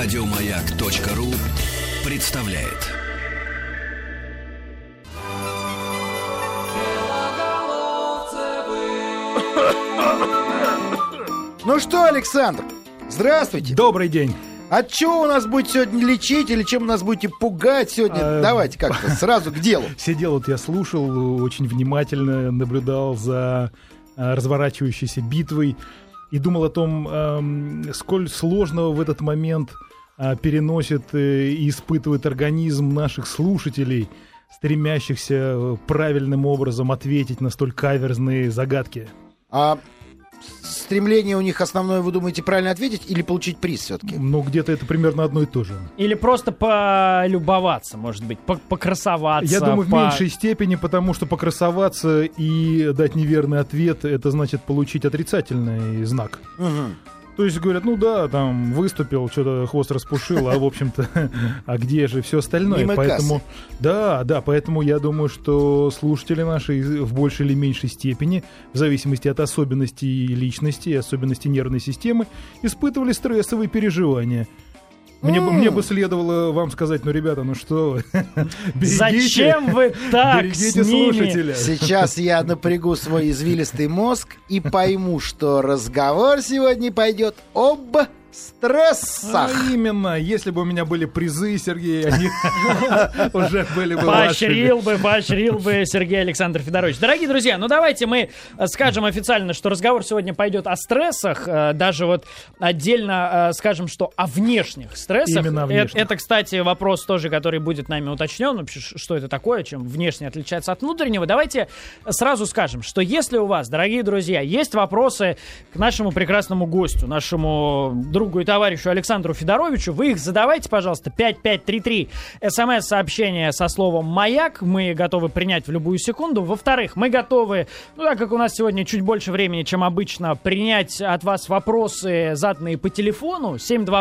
Радиомаяк.ру представляет. Ну что, Александр, здравствуйте. Добрый день. От чего у нас будет сегодня лечить или чем нас будете пугать сегодня? Давайте как-то сразу к делу. Сидел, вот я слушал, очень внимательно наблюдал за разворачивающейся битвой и думал о том, сколь сложного в этот момент переносит и испытывает организм наших слушателей, стремящихся правильным образом ответить на столь каверзные загадки. А стремление у них основное, вы думаете, правильно ответить или получить приз все-таки? Ну, где-то это примерно одно и то же. Или просто полюбоваться, может быть, покрасоваться. Я думаю, в меньшей степени, потому что покрасоваться и дать неверный ответ, это значит получить отрицательный знак. Угу. То есть говорят, ну да, там выступил, что-то хвост распушил, а в общем-то, а где же все остальное? Мимо поэтому, да, поэтому я думаю, что слушатели наши в большей или меньшей степени, в зависимости от особенностей личности и особенностей нервной системы, испытывали стрессовые переживания. Мне бы следовало вам сказать, ну, ребята, ну что вы, зачем вы так берегите с ними? слушателя. Сейчас я напрягу свой извилистый мозг и пойму, что разговор сегодня пойдет об стрессах. А именно, если бы у меня были призы, Сергей, они уже были бы Поощрил бы Сергей Александр Федорович. Дорогие друзья, ну давайте мы скажем официально, что разговор сегодня пойдет о стрессах, даже вот отдельно скажем, что о внешних стрессах. Именно о внешних. Это, кстати, вопрос тоже, который будет нами уточнен, вообще, что это такое, чем внешне отличается от внутреннего. Давайте сразу скажем, что если у вас, дорогие друзья, есть вопросы к нашему прекрасному гостю, нашему другу и товарищу Александру Федоровичу, вы их задавайте, пожалуйста, 5533, смс-сообщение со словом «Маяк», мы готовы принять в любую секунду. Во-вторых, мы готовы, ну так как у нас сегодня чуть больше времени, чем обычно, принять от вас вопросы, заданные по телефону.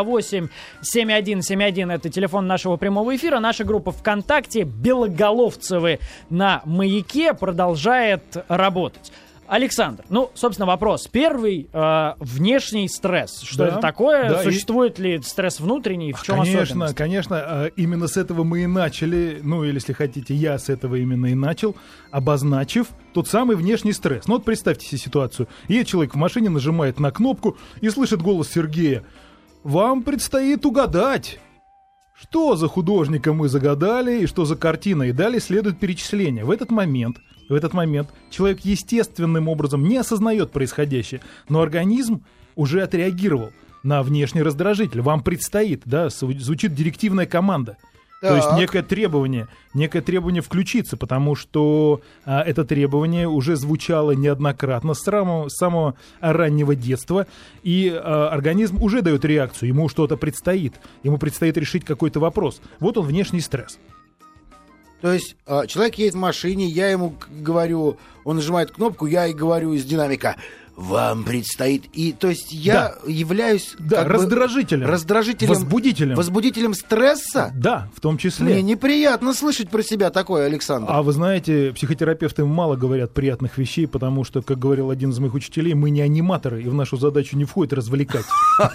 728-7171, это телефон нашего прямого эфира. Наша группа ВКонтакте «Белоголовцевы на Маяке» продолжает работать. Александр, ну, собственно, вопрос. Первый, внешний стресс. Что это такое? Да, Существует ли стресс внутренний? В чем особенность? Конечно, именно с этого мы и начали, ну, или, если хотите, я с этого именно и начал, обозначив тот самый внешний стресс. Ну, вот представьте себе ситуацию. Едет человек в машине, нажимает на кнопку и слышит голос Сергея. Вам предстоит угадать, что за художника мы загадали и что за картина. И далее следует перечисление. В этот момент человек естественным образом не осознает происходящее, но организм уже отреагировал на внешний раздражитель. Вам предстоит, да, звучит директивная команда. Так. То есть некое требование включиться, потому что это требование уже звучало неоднократно с самого раннего детства, и организм уже дает реакцию, ему что-то предстоит, ему предстоит решить какой-то вопрос. Вот он, внешний стресс. То есть человек едет в машине, я ему говорю, он нажимает кнопку, я и говорю из динамика: вам предстоит. И то есть я являюсь раздражителем, возбудителем стресса. Да, в том числе. Мне неприятно слышать про себя такое, Александр. А вы знаете, психотерапевты мало говорят приятных вещей, потому что, как говорил один из моих учителей, мы не аниматоры, и в нашу задачу не входит развлекать.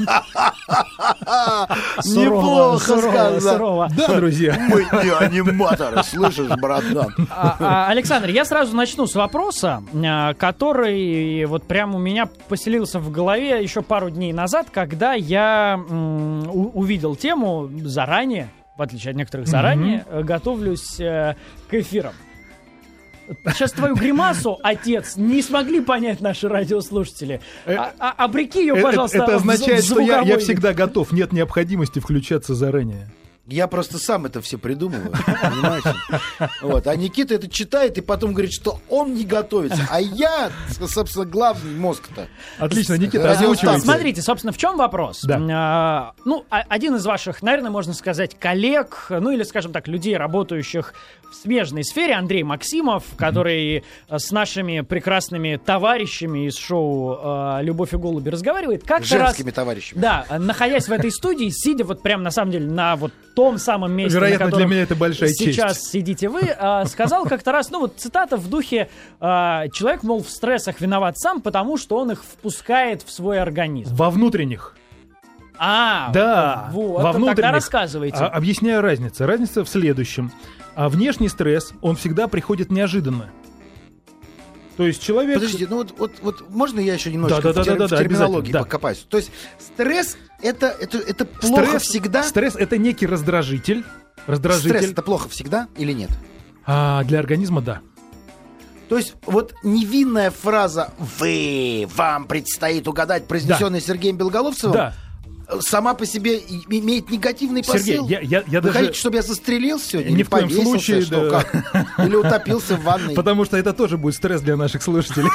Неплохо сказано. Да, друзья. Мы не аниматоры, слышишь, братан? Александр, я сразу начну с вопроса, который вот прямо у меня поселился в голове еще пару дней назад, когда я увидел тему заранее, в отличие от некоторых заранее, готовлюсь к эфирам. Сейчас твою гримасу, отец, не смогли понять наши радиослушатели. Обреки ее, пожалуйста, это означает, что я звуковой. всегда готов, нет необходимости включаться заранее. Я просто сам это все придумываю, понимаете? Вот. А Никита это читает и потом говорит, что он не готовится. А я, собственно, главный мозг-то. Отлично, Никита, озвучивайте. Смотрите, собственно, в чем вопрос? Да. Один из ваших, наверное, можно сказать, коллег, ну или, скажем так, людей, работающих в смежной сфере, Андрей Максимов, который с нашими прекрасными товарищами из шоу «Любовь и голуби» разговаривает. Женскими товарищами. Да, находясь в этой студии, сидя вот прям, на самом деле, на вот том самом месте, вероятно, на котором для меня это большая сейчас честь. сидите вы, сказал как-то раз, ну вот цитата в духе: человек, мол, в стрессах виноват сам, потому что он их впускает в свой организм. Во внутренних. Да, вот, во внутренних. тогда рассказывайте. Объясняю разницу. Разница в следующем. Внешний стресс, он всегда приходит неожиданно. То есть человек... Подождите, ну вот можно я еще немножко Да, в терминологии да. покопаюсь? То есть стресс это плохо всегда? Стресс — это некий раздражитель. Стресс это плохо всегда или нет? Для организма — да. То есть вот невинная фраза «вам предстоит угадать», произнесенная Сергеем Белоголовцевым, Да. сама по себе имеет негативный посыл. Сергей, я Вы даже... хотите, чтобы я застрелился сегодня? Ни Или в коем повесился, случае, что, да. как? Или утопился в ванной? Потому что это тоже будет стресс для наших слушателей.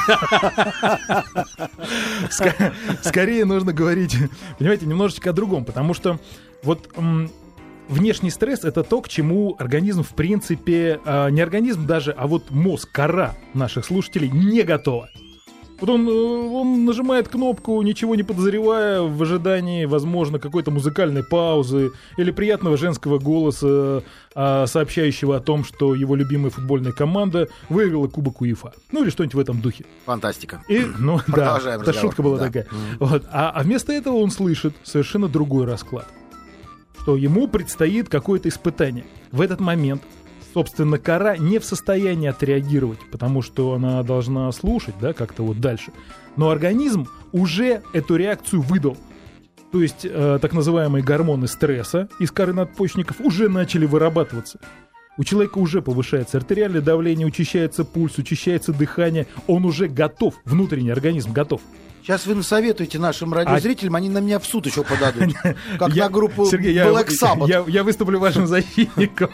Скорее нужно говорить, понимаете, немножечко о другом. Потому что вот внешний стресс — это то, к чему организм, в принципе, не организм даже, а вот мозг, кора наших слушателей не готова. Вот он нажимает кнопку, ничего не подозревая, в ожидании, возможно, какой-то музыкальной паузы или приятного женского голоса, сообщающего о том, что его любимая футбольная команда выиграла Кубок УЕФА. Ну или что-нибудь в этом духе. Фантастика. Да, Продолжаем эта шутка была да. такая. Вот. А вместо этого он слышит совершенно другой расклад. Что ему предстоит какое-то испытание. В этот момент, собственно, кора не в состоянии отреагировать, потому что она должна слушать, да, как-то вот дальше. Но организм уже эту реакцию выдал. То есть так называемые гормоны стресса из коры надпочечников уже начали вырабатываться. У человека уже повышается артериальное давление, учащается пульс, учащается дыхание. Он уже готов, внутренний организм готов. Сейчас вы насоветуете нашим радиозрителям, они на меня в суд еще подадут. Как на группу Сергей, Black Sabbath. я выступлю вашим защитником.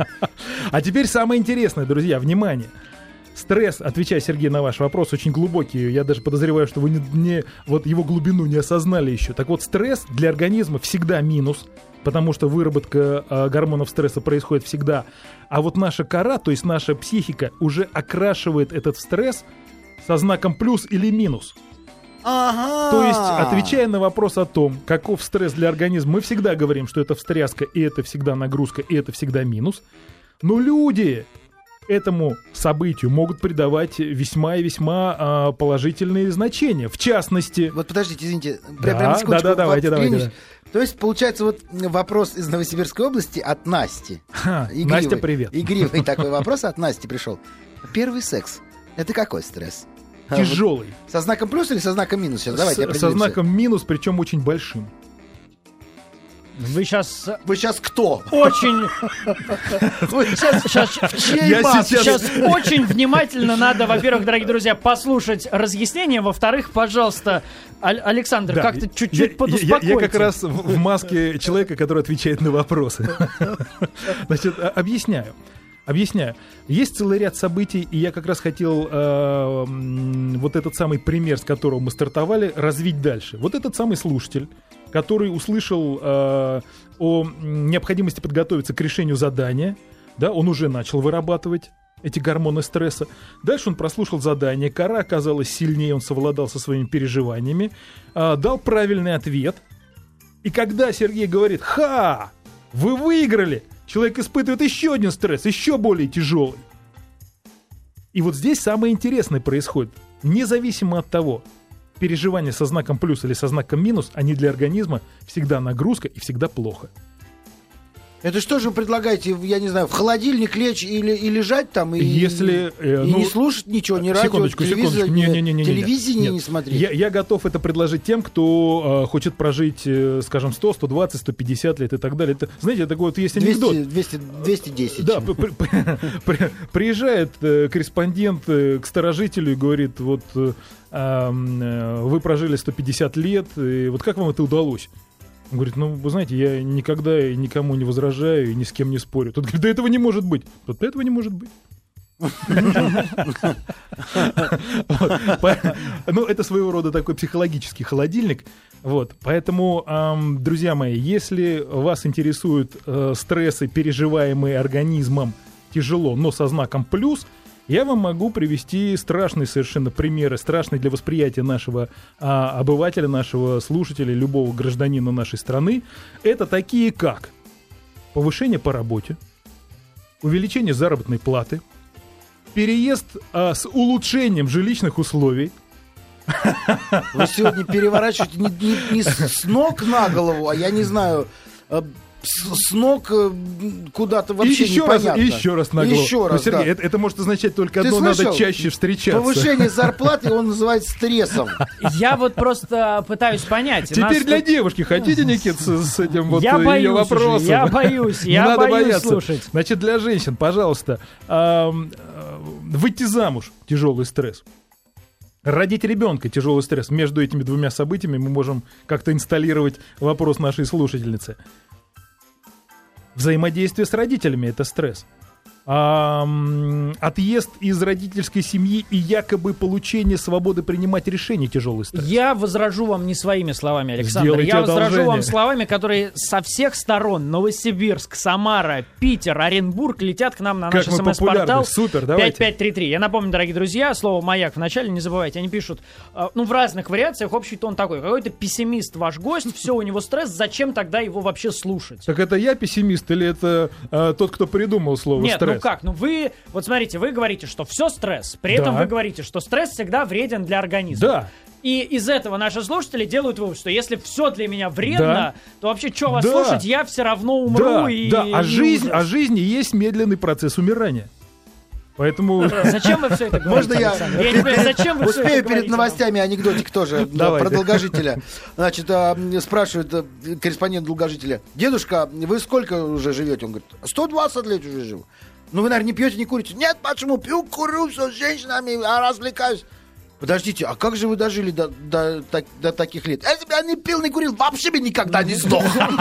А теперь самое интересное, друзья, внимание. Стресс, отвечая, Сергей, на ваш вопрос, очень глубокий. Я даже подозреваю, что вы вот его глубину не осознали еще. Так вот, стресс для организма всегда минус, потому что выработка гормонов стресса происходит всегда. А вот наша кора, то есть наша психика, уже окрашивает этот стресс со знаком плюс или минус. Ага. То есть, отвечая на вопрос о том, каков стресс для организма, мы всегда говорим, что это встряска, и это всегда нагрузка, и это всегда минус. Но люди этому событию могут придавать весьма и весьма положительные значения. В частности... Вот подождите, извините. Да, давайте. То есть, получается, вот вопрос из Новосибирской области от Насти. Настя, привет. Игривый такой вопрос от Насти пришел. Первый секс. Это какой стресс? Тяжелый. Со знаком плюс или со знаком минус? Сейчас давайте со знаком минус, причем очень большим. Вы сейчас кто? Очень... Сейчас очень внимательно надо, во-первых, дорогие друзья, послушать разъяснение, во-вторых, пожалуйста, Александр, как-то чуть-чуть подуспокойте. Я как раз в маске человека, который отвечает на вопросы. Значит, объясняю. Есть целый ряд событий, и я как раз хотел вот этот самый пример, с которого мы стартовали, развить дальше. Вот этот самый слушатель, который услышал о необходимости подготовиться к решению задания, да, он уже начал вырабатывать эти гормоны стресса. Дальше он прослушал задание, кора оказалась сильнее, он совладал со своими переживаниями, дал правильный ответ. И когда Сергей говорит: «Ха! Вы выиграли!», человек испытывает еще один стресс, еще более тяжелый. И вот здесь самое интересное происходит. Независимо от того, переживания со знаком плюс или со знаком минус, они для организма всегда нагрузка и всегда плохо. Это что же вы предлагаете, я не знаю, в холодильник лечь и лежать там, и не слушать ничего, ни радио, телевизии не смотреть? Я готов это предложить тем, кто хочет прожить, скажем, 100, 120, 150 лет и так далее. Это, знаете, такой вот есть анекдот. 210. Да, приезжает корреспондент к старожителю и говорит: вот вы прожили 150 лет, и вот как вам это удалось? Он говорит: ну, вы знаете, я никогда никому не возражаю и ни с кем не спорю. Тот говорит: да этого не может быть. Вот этого не может быть. Ну, это своего рода такой психологический холодильник. Вот. Поэтому, друзья мои, если вас интересуют стрессы, переживаемые организмом тяжело, но со знаком плюс, я вам могу привести страшные совершенно примеры, страшные для восприятия нашего обывателя, нашего слушателя, любого гражданина нашей страны. Это такие как повышение по работе, увеличение заработной платы, переезд с улучшением жилищных условий, Вы сегодня переворачиваете не с ног на голову, а я не знаю, с ног куда-то вообще непонятно. Еще раз на голову. Еще раз, Сергей, да. это может означать только Ты одно: слышал? надо чаще встречаться. Повышение зарплаты он называет стрессом. Я вот просто пытаюсь понять. Теперь для девушки хотите, Никит, с этим вот Я ее боюсь уже, вопросом? я боюсь, Не я надо боюсь бояться. слушать. Значит, для женщин, пожалуйста, выйти замуж — тяжелый стресс. Родить ребенка — тяжелый стресс. Между этими двумя событиями мы можем как-то инсталлировать вопрос нашей слушательницы. Взаимодействие с родителями — это стресс. Отъезд из родительской семьи и якобы получение свободы принимать решения — тяжелый стресс. Я возражу вам не своими словами, Александр. Сделайте Я возражу одолжение. вам словами, которые со всех сторон: Новосибирск, Самара, Питер, Оренбург летят к нам на наш Как мы СМС-портал. популярны. Супер, давайте. 5533. Я напомню, дорогие друзья, слово «маяк» в начале не забывайте. Они пишут, в разных вариациях общий тон такой: какой-то пессимист ваш гость, все, у него стресс, зачем тогда его вообще слушать? Так это я пессимист или это тот, кто придумал слово Нет, стресс? ну как? Ну вы, вот смотрите, вы говорите, что все стресс. При этом Да. вы говорите, что стресс всегда вреден для организма. Да. И из этого наши слушатели делают вывод, что если все для меня вредно, Да. то вообще что вас Да. слушать, я все равно умру. Да, и, да. А и жизнь ужас. есть медленный процесс умирания. Поэтому... Зачем вы все это говорите? Можно я Александр? Я не понимаю, зачем вы все успею это перед говорите новостями анекдотик тоже Давайте. про долгожителя. Значит, спрашивает корреспондент долгожителя: дедушка, вы сколько уже живете? Он говорит: 120 лет уже живу. Ну, вы, наверное, не пьете, не курите? Нет, почему? Пью, курю, все с женщинами, развлекаюсь. Подождите, а как же вы дожили до таких лет? Если бы я не пил, не курил, вообще бы никогда не сдох.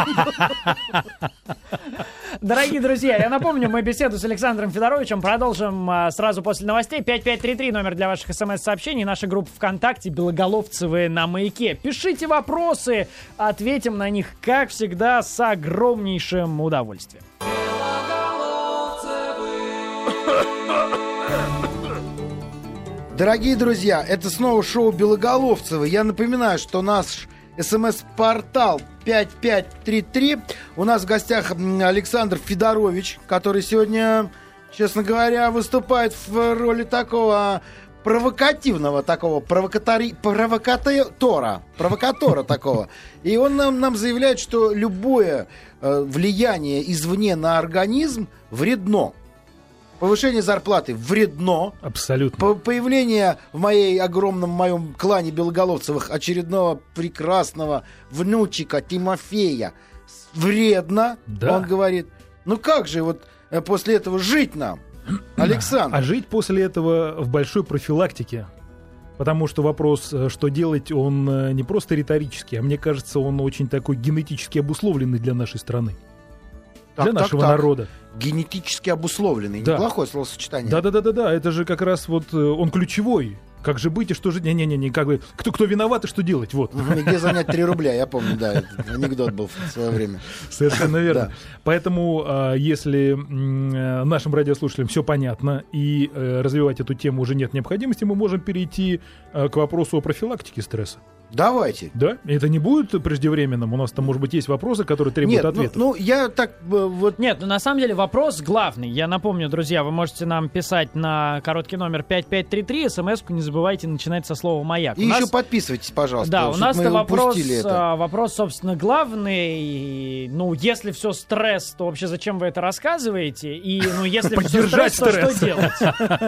Дорогие друзья, я напомню, мы беседу с Александром Федоровичем продолжим сразу после новостей. 5533, номер для ваших смс-сообщений. Наша группа ВКонтакте «Белоголовцевы на маяке». Пишите вопросы, ответим на них, как всегда, с огромнейшим удовольствием. Дорогие друзья, это снова шоу Белоголовцевы. Я напоминаю, что наш СМС-портал 5533. У нас в гостях Александр Федорович, который сегодня, честно говоря, выступает в роли такого провокативного, такого провокатора такого. И он нам заявляет, что любое влияние извне на организм вредно. Повышение зарплаты вредно. Абсолютно. Появление в моем клане Белоголовцевых очередного прекрасного внучика Тимофея вредно, Да. он говорит. Ну как же вот после этого жить нам, Александр? А жить после этого в большой профилактике. Потому что вопрос, что делать, он не просто риторический, а мне кажется, он очень такой генетически обусловленный для нашей страны. Для нашего народа. Генетически обусловленный. Да. Неплохое словосочетание. Да, это же как раз вот он ключевой. Как же быть и что же... Не-не-не, как бы... Кто виноват и что делать, вот. И где занять 3 рубля, я помню, да, этот анекдот был в свое время. Совершенно верно. Да. Поэтому, если нашим радиослушателям все понятно и развивать эту тему уже нет необходимости, мы можем перейти к вопросу о профилактике стресса. Давайте. Да? Это не будет преждевременным? У нас там, может быть, есть вопросы, которые требуют Нет, ответа. я так вот... Нет, ну на самом деле вопрос главный. Я напомню, друзья, вы можете нам писать на короткий номер 5533. СМС-ку не забывайте начинать со слова «Маяк». И еще подписывайтесь, пожалуйста. Да, у чтобы нас-то мы вопрос, упустили это. вопрос, собственно, главный. И, ну, если все стресс, то вообще зачем вы это рассказываете? И, ну, если все Поддержать стресс, то стресс. что делать?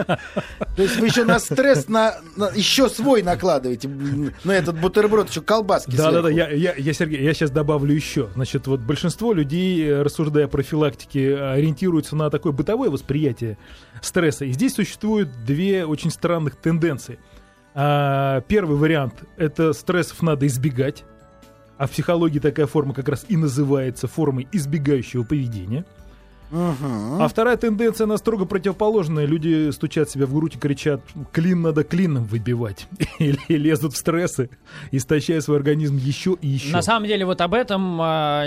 То есть вы еще на стресс еще свой накладываете. На этот бутерброд еще колбаски Да-да-да, сверху. я, Сергей, я сейчас добавлю еще. Значит, вот большинство людей, рассуждая о профилактике, ориентируются на такое бытовое восприятие стресса. И здесь существуют две очень странных тенденции. Первый вариант — это стрессов надо избегать. А в психологии такая форма как раз и называется формой избегающего поведения. Мгм. А вторая тенденция, она строго противоположная. Люди стучат себя в грудь и кричат: клин надо клином выбивать. Или лезут в стрессы, истощая свой организм еще и еще. На самом деле вот об этом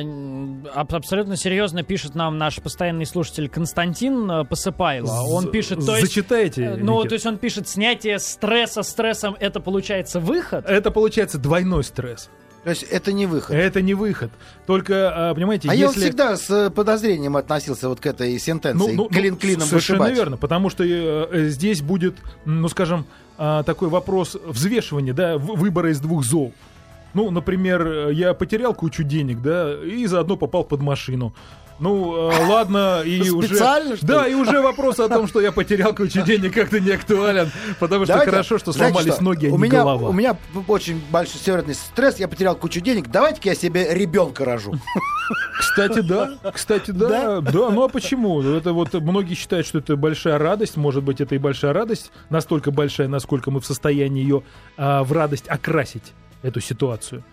абсолютно серьезно пишет нам наш постоянный слушатель Константин Посыпайло. Он пишет, то есть... Зачитайте, Ну, Никит. то есть он пишет, снятие стресса стрессом — это получается выход? Это получается двойной стресс. То есть это не выход. Это не выход. Только, понимаете, А я вот если... всегда с подозрением относился вот к этой сентенции. Клин клином совершенно вышибать. верно, потому что здесь будет, ну, скажем, такой вопрос взвешивания, да, выбора из двух зол. Ну, например, я потерял кучу денег, да, и заодно попал под машину. Ну, ладно, и Специально, уже... что Да, ли? и уже вопрос о том, что я потерял кучу денег, как-то не актуален, потому что Давайте, хорошо, что знаете сломались что? ноги, а у не меня, голова. У меня очень большой серьезный стресс, я потерял кучу денег, давайте-ка я себе ребенка рожу. Кстати, да. Да, ну а почему? Это вот многие считают, что это большая радость. Может быть, это и большая радость, настолько большая, насколько мы в состоянии ее в радость окрасить, эту ситуацию.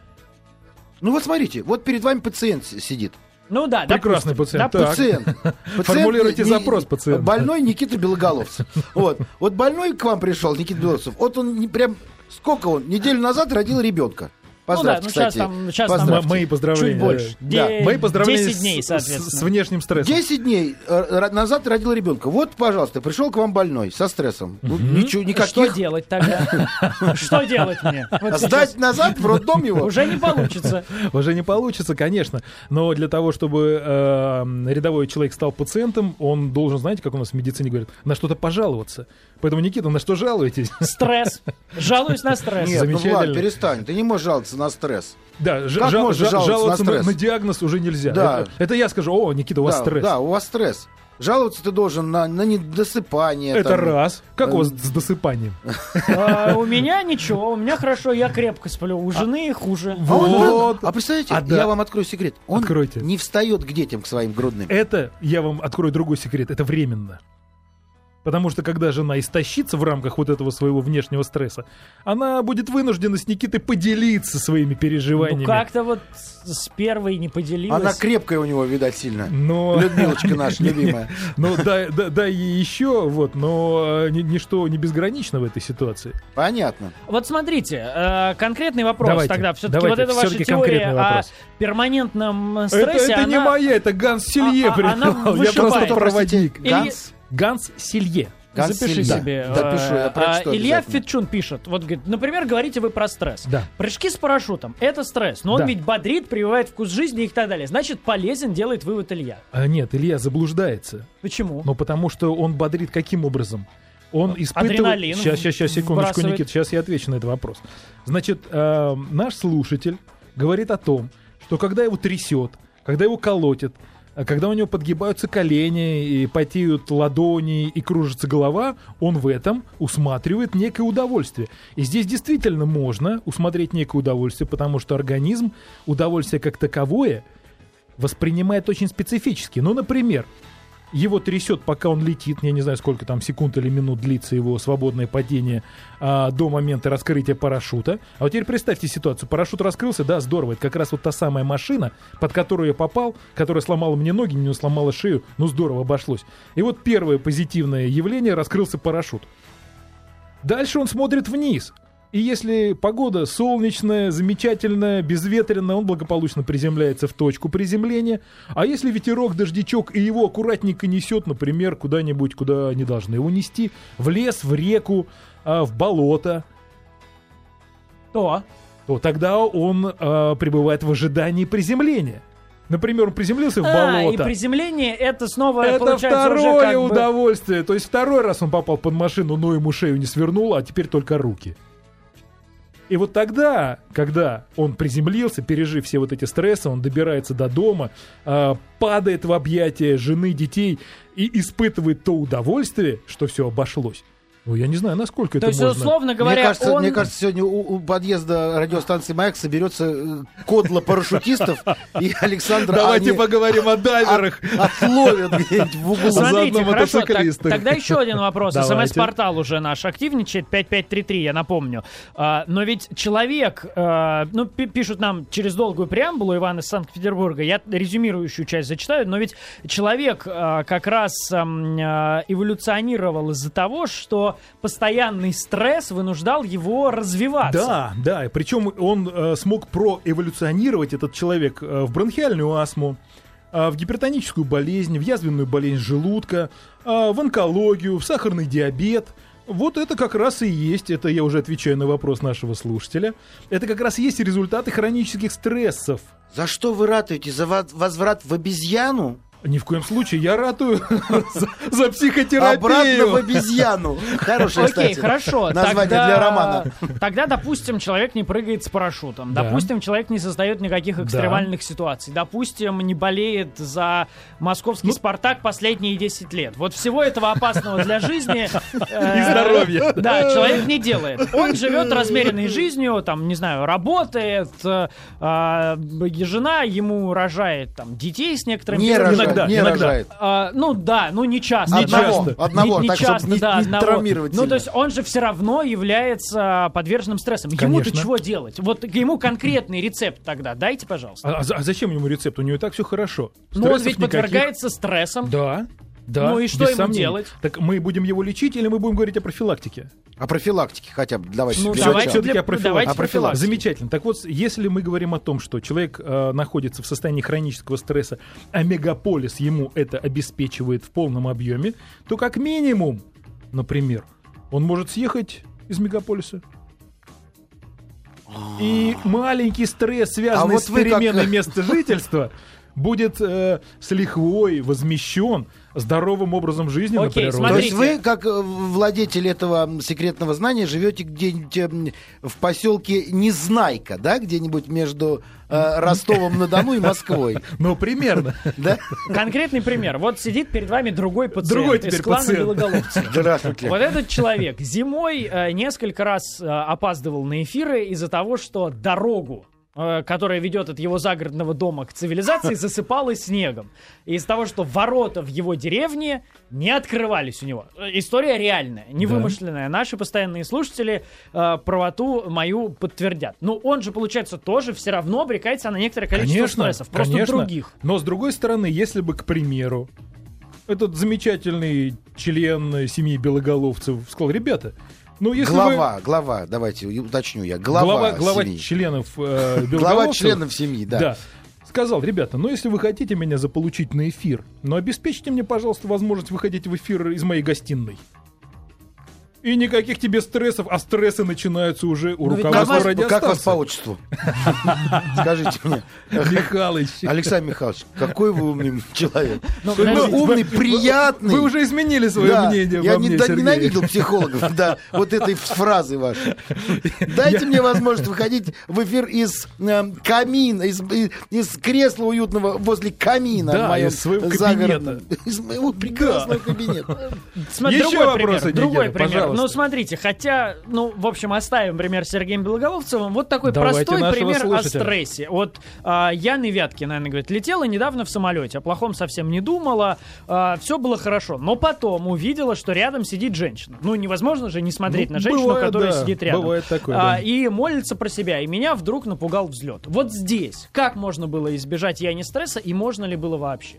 Ну вот смотрите, вот перед вами пациент сидит. Ну да, Прекрасный допустим. пациент. Так. Пациент. Формулируйте запрос, пациент. Больной Никита Белоголовцев. Вот больной к вам пришел, Никита Белоголовцев. Вот он прям, сколько он, неделю назад родил ребенка. Поздравьте, кстати. сейчас Поздравьте. Мои поздравления. чуть больше. Да. Мои поздравления 10 дней, соответственно. с внешним стрессом. 10 дней назад родил ребенка. Вот, пожалуйста, пришел к вам больной со стрессом. Ну, ничего, Что никаких. делать тогда? Что делать мне? Вот сейчас. Сдать назад в роддом его? Уже не получится. Уже не получится, конечно. Но для того, чтобы рядовой человек стал пациентом, он должен, знаете, как у нас в медицине говорят, на что-то пожаловаться. Поэтому, Никита, на что жалуетесь? Стресс. Жалуюсь на стресс. Нет, ну Замечательно. Влад, перестань. Ты не можешь жаловаться на стресс. Да, Как можно жаловаться жаловаться на стресс? на диагноз уже нельзя. Да. Это я скажу, о, Никита, у вас Да, стресс. Да, у вас стресс. Жаловаться ты должен на недосыпание. Это там. раз. Как у вас с досыпанием? У меня ничего, у меня хорошо, я крепко сплю. У жены хуже. Вот. А представляете, А да. я вам открою секрет. Он Откройте. не встает к детям, к своим грудным. Это, я вам открою другой секрет, это временно. Потому что когда жена истощится в рамках вот этого своего внешнего стресса, она будет вынуждена с Никитой поделиться своими переживаниями. Ну как-то вот с первой не поделилась. Она крепкая у него, видать, сильно. Но... Людмилочка наша любимая. Ну, дай ей еще, вот, но ничто не безгранично в этой ситуации. Понятно. Вот смотрите, конкретный вопрос Давайте, тогда. Все-таки давайте, вот эта ваша всё-таки теория конкретный о вопрос. перманентном стрессе, Это не она... моя, это Ганс Силье она придумал. Я вышибает. просто Кто, проводник. простите, Ганс? Ганс Силье. Ганс Запиши Силье. себе. Да, пишу, я прочту Илья обязательно. Фитчун пишет. Вот, говорит, например, говорите вы про стресс. Да. Прыжки с парашютом — это стресс. Но он Да. ведь бодрит, прививает вкус жизни и так далее. Значит, полезен, делает вывод Илья. Нет, Илья заблуждается. Почему? Но потому что он бодрит каким образом? Он испытывает... Адреналин Сейчас, секундочку, вбрасывает. Никита, сейчас я отвечу на этот вопрос. Значит, наш слушатель говорит о том, что когда его трясет, когда его колотит, когда у него подгибаются колени, и потеют ладони, и кружится голова, он в этом усматривает некое удовольствие. И здесь действительно можно усмотреть некое удовольствие, потому что организм удовольствие как таковое воспринимает очень специфически. Ну, например, его трясет, пока он летит, я не знаю, сколько там секунд или минут длится его свободное падение до момента раскрытия парашюта. А вот теперь представьте ситуацию. Парашют раскрылся, да, здорово. Это как раз вот та самая машина, под которую я попал, которая сломала мне ноги, не сломала шею. Ну, здорово обошлось. И вот первое позитивное явление — раскрылся парашют. Дальше он смотрит вниз. И если погода солнечная, замечательная, безветренная, он благополучно приземляется в точку приземления. А если ветерок, дождичок, и его аккуратненько несет, например, куда-нибудь, куда не должны его нести, в лес, в реку, в болото, То. то тогда он пребывает в ожидании приземления. Например, он приземлился в и болото. приземление — это снова, Это получается, уже второе как бы... удовольствие. То есть второй раз он попал под машину, но ему шею не свернуло, а теперь только руки. И вот тогда, когда он приземлился, пережив все вот эти стрессы, он добирается до дома, падает в объятия жены, детей и испытывает то удовольствие, что все обошлось. Ну, я не знаю, насколько То это есть, можно... условно говоря, Мне кажется, сегодня у подъезда радиостанции «Маяк» соберется кодла парашютистов, и Александра Давайте они поговорим о дайверах. отловят где-нибудь в углу. Смотрите, заодно хорошо, мотоциклистах. тогда еще один вопрос. Давайте. СМС-портал уже наш активничает, 5533, я напомню. Но ведь человек, пишут нам через долгую преамбулу, Иван из Санкт-Петербурга, я резюмирующую часть зачитаю, но ведь человек как раз эволюционировал из-за того, что постоянный стресс вынуждал его развиваться. Да, причем он смог проэволюционировать, этот человек, в бронхиальную астму, в гипертоническую болезнь, в язвенную болезнь желудка, в онкологию, в сахарный диабет. Вот это как раз и есть, это я уже отвечаю на вопрос нашего слушателя, это как раз и есть результаты хронических стрессов. За что вы ратуете? За возврат в обезьяну? Ни в коем случае, я ратую за психотерапию. Обратно в обезьяну. Хорошее, Окей, кстати, хорошо. название для романа. Тогда, допустим, человек не прыгает с парашютом. Да. Допустим, человек не создает никаких экстремальных ситуаций. Допустим, не болеет за московский «Спартак» последние 10 лет. Вот всего этого опасного для жизни... И здоровья. Да, человек не делает. Он живет размеренной жизнью, там, не знаю, работает, жена ему рожает там детей с некоторыми... Не рожает, не иногда. рожает. Ну да, ну не часто. Одного, Не так, часто, чтобы не одного. травмировать Ну, сильно. то есть он же все равно является подверженным стрессам. Конечно. Ему-то чего делать? Вот ему конкретный рецепт тогда дайте, пожалуйста. А зачем ему рецепт? У него и так все хорошо. Но он Стрессов ведь никаких. подвергается стрессам. Да. Да, Ну и что без ему сомнений. делать? Так мы будем его лечить или мы будем говорить о профилактике? О профилактике хотя бы. Давайте. Ну, Всё, давайте чё? всё-таки о профилактике. О профилактике. Замечательно. Так вот, если мы говорим о том, что человек находится в состоянии хронического стресса, а мегаполис ему это обеспечивает в полном объеме, то как минимум, например, он может съехать из мегаполиса. И маленький стресс, связанный вот с вы как- переменой места жительства, будет с лихвой возмещен здоровым образом жизни на Окей, природе. То смотрите. есть вы, как владетель этого секретного знания, живете где-нибудь в поселке Незнайка, да, где-нибудь между Ростовом-на-Дону и Москвой, Ну, примерно. да? Конкретный пример. Вот сидит перед вами другой пациент Другой из теперь клана пациент. Белоголовцев. Здравствуйте. Вот этот человек зимой несколько раз опаздывал на эфиры из-за того, что дорогу, которая ведет от его загородного дома к цивилизации, засыпалась снегом. И из-за того, что ворота в его деревне не открывались у него. История реальная, не Да. вымышленная. Наши постоянные слушатели правоту мою подтвердят. Но он же, получается, тоже все равно обрекается на некоторое количество стрессов. Просто конечно. других. Но с другой стороны, если бы, к примеру, этот замечательный член семьи Белоголовцев сказал: ребята, ну если Глава, давайте уточню я. вы... Глава глава семьи. членов Глава Белоголовцев... членов семьи, да. Да. Сказал: ребята, ну если вы хотите меня заполучить на эфир, но обеспечьте мне, пожалуйста, возможность выходить в эфир из моей гостиной. И никаких тебе стрессов, а стрессы начинаются уже у Но ведь руководства нормально. радиостанции. Как вас по отчеству? Скажите мне. Михалыч. Александр Михайлович, какой вы умный человек. Ну, Вы подождите, умный, приятный. Вы уже изменили свое Да, мнение я во мне, Сергей. ненавидел психологов, да, вот этой фразы вашей. Дайте мне возможность выходить в эфир из камина, из кресла уютного возле камина. Да, в моем из своего загородном. Из моего прекрасного кабинета. Смотри, Еще другой вопросы, пример. Другой Нигера, пример. пожалуйста. Ну, смотрите, хотя, ну, в общем, оставим пример с Сергеем Белоголовцевым. Вот такой Давайте простой нашего пример слушателя. о стрессе. Вот Яна Вяткина, наверное, говорит, летела недавно в самолете, о плохом совсем не думала, все было хорошо. Но потом увидела, что рядом сидит женщина. Ну, невозможно же не смотреть Ну, на женщину, бывает, которая да, сидит рядом. бывает такое, да. И молится про себя. И меня вдруг напугал взлет. Вот здесь как можно было избежать Яне стресса и можно ли было вообще?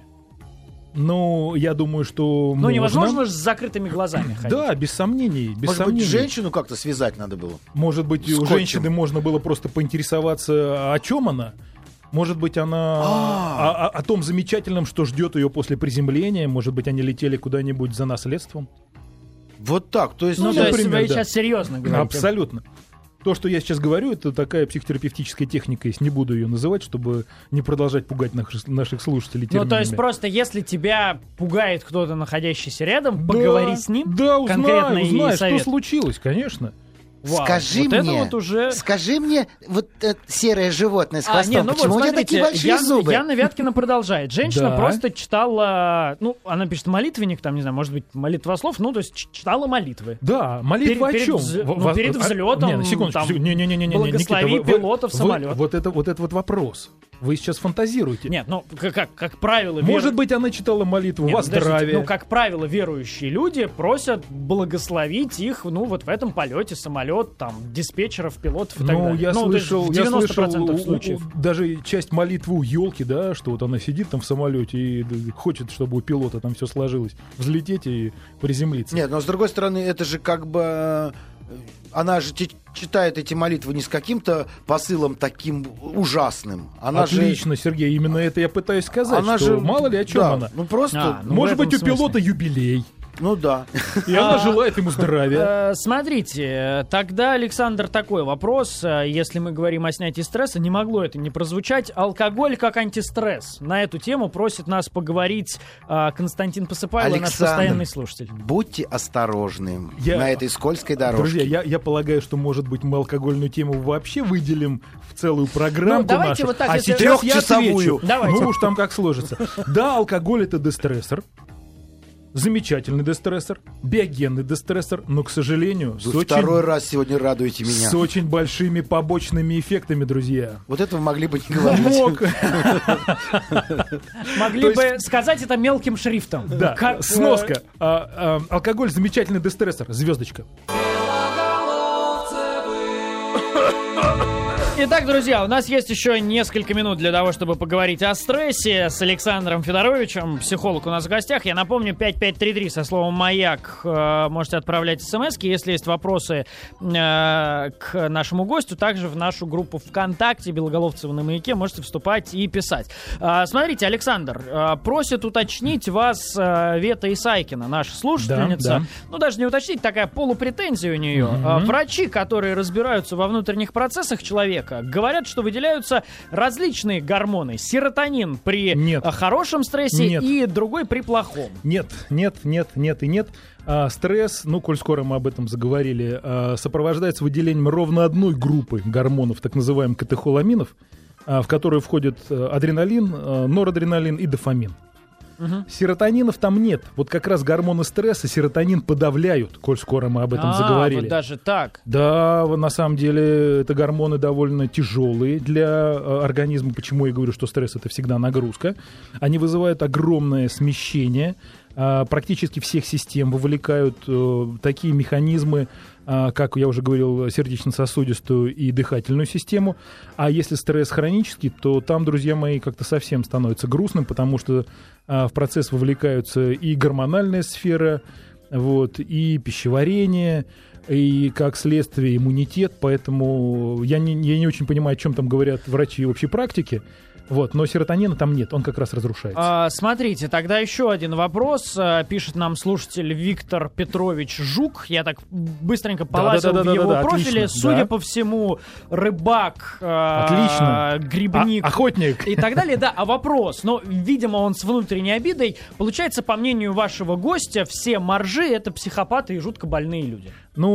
Ну, я думаю, что Ну, можно. невозможно же с закрытыми глазами ходить. Да, без сомнений. Без Может сомнений. быть, женщину как-то связать надо было? Может быть, у Скотчем. женщины можно было просто поинтересоваться, о чем она. Может быть, она о том замечательном, что ждет ее после приземления. Может быть, они летели куда-нибудь за наследством. Вот так, то есть... Ну, Ну, то есть например, вы да. сейчас серьезно говорите. Абсолютно. То, что я сейчас говорю, это такая психотерапевтическая техника, если не буду ее называть, чтобы не продолжать пугать наших слушателей Ну, терминами. то есть просто если тебя пугает кто-то, находящийся рядом, Да, поговори с ним, Да, конкретно и узнай, что совет. случилось, конечно. Вау, Скажи вот это мне, вот уже... скажи мне, вот серое животное с хвостом, не, ну почему вот, у тебя такие смотрите, большие зубы? Яна Вяткина продолжает. Женщина Да. просто читала, ну, она пишет молитвенник, там, не знаю, может быть, молитвослов, ну, то есть читала молитвы. Да, молитва Перед о чем? перед взлетом, Не, на секундочку. там, Не-не-не, благослови Никита, пилотов самолет. Вот это вот вопрос. Вы сейчас фантазируете. Нет, ну, как правило... Может быть, она читала молитву Нет, во подождите, здравие. ну, как правило, верующие люди просят благословить их, ну, вот в этом полете самолет, там, диспетчеров, пилотов и так Ну, далее. я Ну, то есть слышал, в я 90% слышал случаев. даже часть молитвы у елки, да, что вот она сидит там в самолете и хочет, чтобы у пилота там все сложилось, взлететь и приземлиться. Нет, но с другой стороны, это же как бы... Она же читает эти молитвы не с каким-то посылом таким ужасным. Она Отлично, Сергей, именно это я пытаюсь сказать, она что же, мало ли о чем да, она. Ну просто... Ну, Может в этом быть, у смысле. пилота юбилей. Ну да. И она желает ему здравия. Смотрите, тогда, Александр, такой вопрос. Если мы говорим о снятии стресса, не могло это не прозвучать. Алкоголь как антистресс. На эту тему просит нас поговорить Константин Посыпайло, наш постоянный слушатель. Будьте осторожны на этой скользкой дорожке. Друзья, я полагаю, что, может быть, мы алкогольную тему вообще выделим в целую программу давайте нашу. вот так, а если- сейчас я трехчасовую. отвечу. Давайте. Ну уж там как сложится. Да, алкоголь — это дестрессор. Замечательный дестрессор, биогенный дестрессор, но, к сожалению, Вы второй раз сегодня радуете меня. с очень большими побочными эффектами, друзья. Вот этого могли бы не говорить. Мог. Могли бы сказать это мелким шрифтом. Да, Как, сноска. Алкоголь — замечательный дестрессор, звездочка. Итак, друзья, у нас есть еще несколько минут для того, чтобы поговорить о стрессе с Александром Федоровичем, психолог у нас в гостях. Я напомню, 5533 со словом «Маяк» можете отправлять смс-ки. Если есть вопросы к нашему гостю, также в нашу группу ВКонтакте «Белоголовцева на маяке» можете вступать и писать. Смотрите, Александр, просит уточнить вас Вета Исайкина, наша слушательница. Да. Ну, даже не уточнить, такая полупретензия у нее. Врачи, которые разбираются во внутренних процессах человека, говорят, что выделяются различные гормоны. Серотонин при Нет. хорошем стрессе Нет. и другой при плохом. Нет. Стресс, коль скоро мы об этом заговорили, сопровождается выделением ровно одной группы гормонов, так называемых катехоламинов, в которые входят адреналин, норадреналин и дофамин. Серотонинов там нет. Вот как раз гормоны стресса серотонин подавляют, коль скоро мы об этом заговорили. Вот даже так. Да, на самом деле это гормоны довольно тяжелые для организма. Почему я говорю, что стресс — это всегда нагрузка. Они вызывают огромное смещение практически всех систем, вовлекают такие механизмы, как я уже говорил, сердечно-сосудистую и дыхательную систему. А если стресс хронический, то там, друзья мои, как-то совсем становится грустным, потому что в процесс вовлекаются и гормональная сфера, и пищеварение, и, как следствие, иммунитет. Поэтому я не очень понимаю, о чем там говорят врачи общей практики. Но серотонина там нет, он как раз разрушается. Смотрите, тогда еще один вопрос. Пишет нам слушатель Виктор Петрович Жук. Я так быстренько полазил в его профиле. Отлично, Судя по всему, рыбак, Отлично. грибник Охотник. и так далее. Да, а вопрос, видимо, он с внутренней обидой. Получается, по мнению вашего гостя, все моржи — это психопаты и жутко больные люди.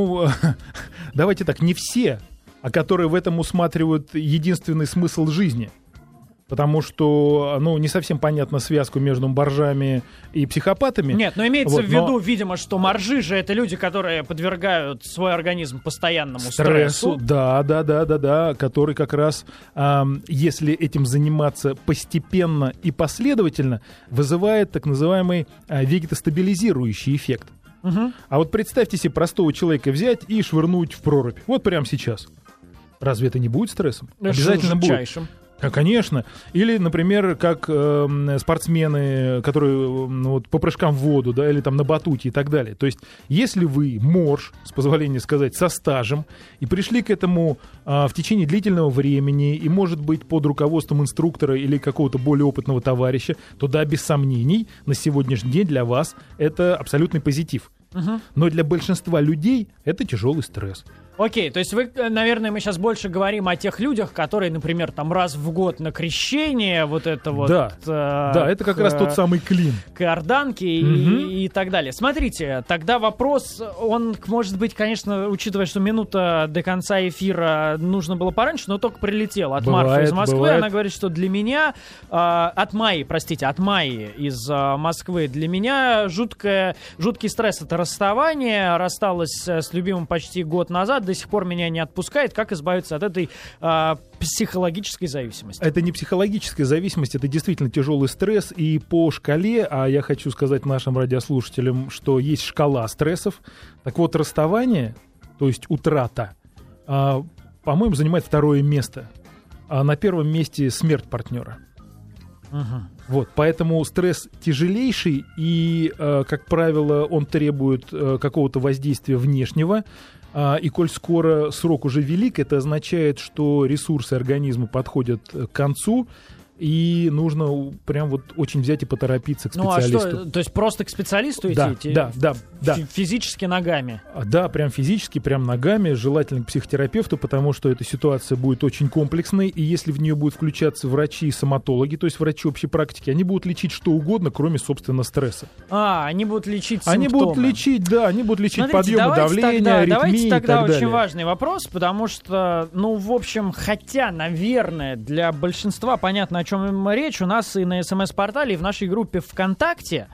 Давайте так, не все, а которые в этом усматривают единственный смысл жизни. Потому что, не совсем понятна связку между моржами и психопатами. Нет, но имеется в виду, видимо, что моржи же это люди, которые подвергают свой организм постоянному стрессу. Да, который как раз, если этим заниматься постепенно и последовательно, вызывает так называемый вегетостабилизирующий эффект. А вот представьте себе простого человека взять и швырнуть в прорубь. Вот прямо сейчас. Разве это не будет стрессом? Обязательно будет. Конечно. Или, например, как спортсмены, которые по прыжкам в воду, или там на батуте и так далее. То есть, если вы морж, с позволения сказать, со стажем, и пришли к этому в течение длительного времени, и, может быть, под руководством инструктора или какого-то более опытного товарища, то да, без сомнений, на сегодняшний день для вас это абсолютный позитив. Но для большинства людей это тяжелый стресс. Окей, то есть наверное, мы сейчас больше говорим о тех людях, которые, например, там раз в год на крещение, Да, это как раз тот самый клин. К Иорданке и так далее. Смотрите, тогда вопрос, он, может быть, конечно, учитывая, что минута до конца эфира нужно было пораньше, но только прилетел от Марфы из Москвы. Бывает. Она говорит, что для меня, от Майи из Москвы, для меня жуткий стресс — это расставание. Рассталась с любимым почти год назад, до сих пор меня не отпускает. Как избавиться от этой психологической зависимости? Это не психологическая зависимость, это действительно тжелый стресс. И по шкале, а я хочу сказать нашим радиослушателям, что есть шкала стрессов. Так вот, расставание, то есть утрата, по-моему, занимает второе место. А на первом месте смерть партнера. Поэтому стресс тяжелейший, и, как правило, он требует какого-то воздействия внешнего. И коль скоро срок уже велик, это означает, что ресурсы организма подходят к концу, и нужно прям вот очень взять и поторопиться к специалисту. Ну, а что, то есть просто к специалисту идти? Да. Физически ногами? Да, прям физически, прям ногами, желательно к психотерапевту, потому что эта ситуация будет очень комплексной, и если в нее будут включаться врачи и соматологи, то есть врачи общей практики, они будут лечить что угодно, кроме, собственно, стресса. Они будут лечить симптомы. Они будут лечить Смотрите, подъемы давления, аритмии давайте тогда и так далее. очень важный вопрос, потому что, в общем, хотя, наверное, для большинства понятно, о чем речь, у нас и на СМС-портале, и в нашей группе ВКонтакте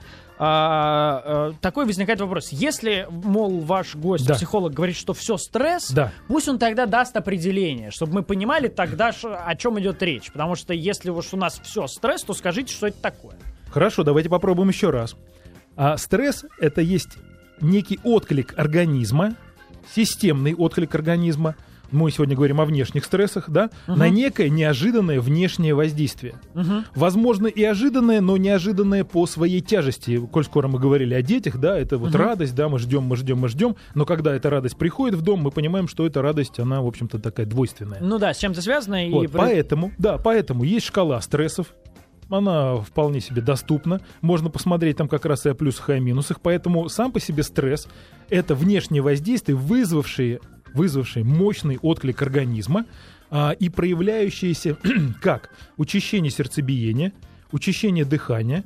такой возникает вопрос. Если, мол, ваш гость, психолог, говорит, что все стресс, пусть он тогда даст определение, чтобы мы понимали тогда, о чем идет речь. Потому что если уж у нас все стресс, то скажите, что это такое. Хорошо, давайте попробуем еще раз. Стресс — это есть некий отклик организма, системный отклик организма. Мы сегодня говорим о внешних стрессах, на некое неожиданное внешнее воздействие. Возможно, и ожиданное, но неожиданное по своей тяжести. Коль скоро мы говорили о детях, это вот радость, мы ждем. Но когда эта радость приходит в дом, мы понимаем, что эта радость, она, в общем-то, такая двойственная. С чем-то связана. Вот, поэтому есть шкала стрессов. Она вполне себе доступна. Можно посмотреть там как раз и о плюсах, и о минусах. Поэтому сам по себе стресс — это внешнее воздействие, вызвавшие мощный отклик организма и проявляющиеся как учащение сердцебиения, учащение дыхания,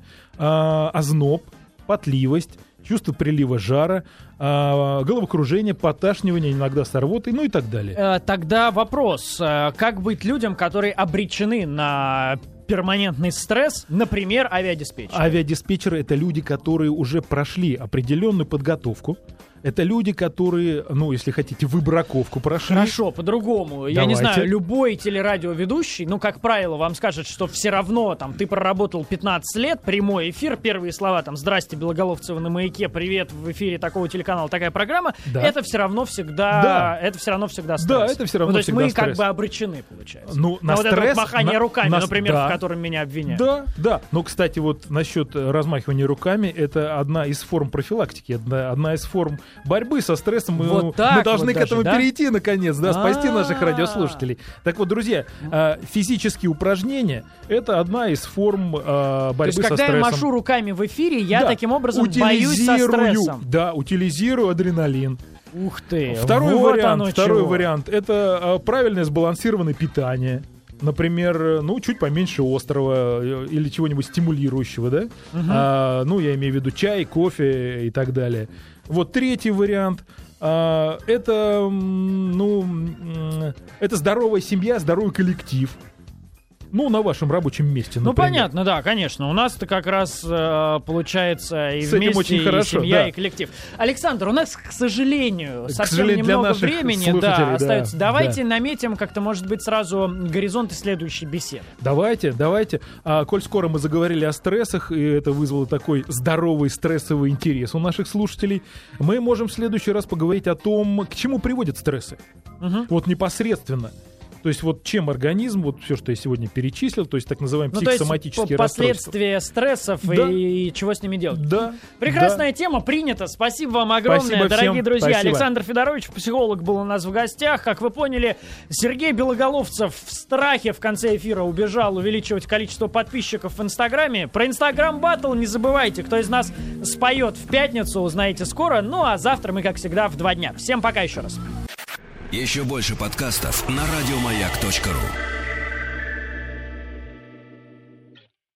озноб, потливость, чувство прилива жара, головокружение, поташнивание, иногда с рвотой, и так далее. Тогда вопрос. Как быть людям, которые обречены на перманентный стресс, например, авиадиспетчеры? Авиадиспетчеры — это люди, которые уже прошли определенную подготовку. Это люди, которые, если хотите, выбраковку прошли. Хорошо, по-другому. Давайте. Я не знаю, любой телерадиоведущий, как правило, вам скажет, что все равно ты проработал 15 лет, прямой эфир, первые слова «Здрасте, Белоголовцева на Маяке, привет, в эфире такого телеканала такая программа», это все равно всегда стресс. Да, это все равно то есть всегда мы стресс. как бы обречены, получается. На вот стресс, это вот махание руками, например, в котором меня обвиняют. Да. Но, кстати, вот насчет размахивания руками, это одна из форм профилактики, одна из форм борьбы со стрессом. Мы должны к этому перейти, наконец, спасти наших радиослушателей. Так вот, друзья, физические упражнения — это одна из форм борьбы со стрессом. То есть, когда я машу руками в эфире, я таким образом борюсь со стрессом. Да, утилизирую адреналин. Ух ты! Второй вариант — это правильное сбалансированное питание. Например, чуть поменьше острого или чего-нибудь стимулирующего, я имею в виду чай, кофе и так далее. Вот третий вариант — это здоровая семья, здоровый коллектив. На вашем рабочем месте, например. Понятно, да, конечно. У нас-то как раз получается и вместе, очень хорошо, семья, и коллектив. Александр, у нас, к сожалению, совсем немного времени остается. Давайте наметим как-то, может быть, сразу горизонты следующей беседы. Давайте. Коль скоро мы заговорили о стрессах, и это вызвало такой здоровый стрессовый интерес у наших слушателей, мы можем в следующий раз поговорить о том, к чему приводят стрессы. Вот непосредственно. То есть вот чем организм, все, что я сегодня перечислил, то есть так называемые психосоматические расстройства. Последствия стрессов и чего с ними делать. Да. Прекрасная тема, принята. Спасибо вам огромное, дорогие друзья. Спасибо. Александр Федорович, психолог, был у нас в гостях. Как вы поняли, Сергей Белоголовцев в страхе в конце эфира убежал увеличивать количество подписчиков в Инстаграме. Про Инстаграм-баттл не забывайте. Кто из нас споет в пятницу, узнаете скоро. А завтра мы, как всегда, в 2 дня. Всем пока еще раз. Еще больше подкастов на радиомаяк.ру.